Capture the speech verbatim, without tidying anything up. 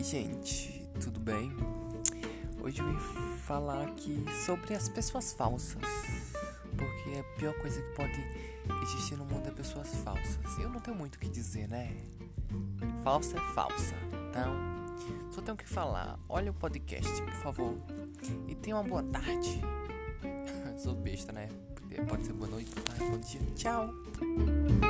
gente, tudo bem? Hoje eu vim falar aqui sobre as pessoas falsas, porque a pior coisa que pode existir no mundo é pessoas falsas. Eu não tenho muito o que dizer, né? Falsa é falsa, então só tenho o que falar. Olha o podcast, por favor, e tenha uma boa tarde. Sou besta, né? Pode ser boa noite, boa tarde, bom dia, tchau!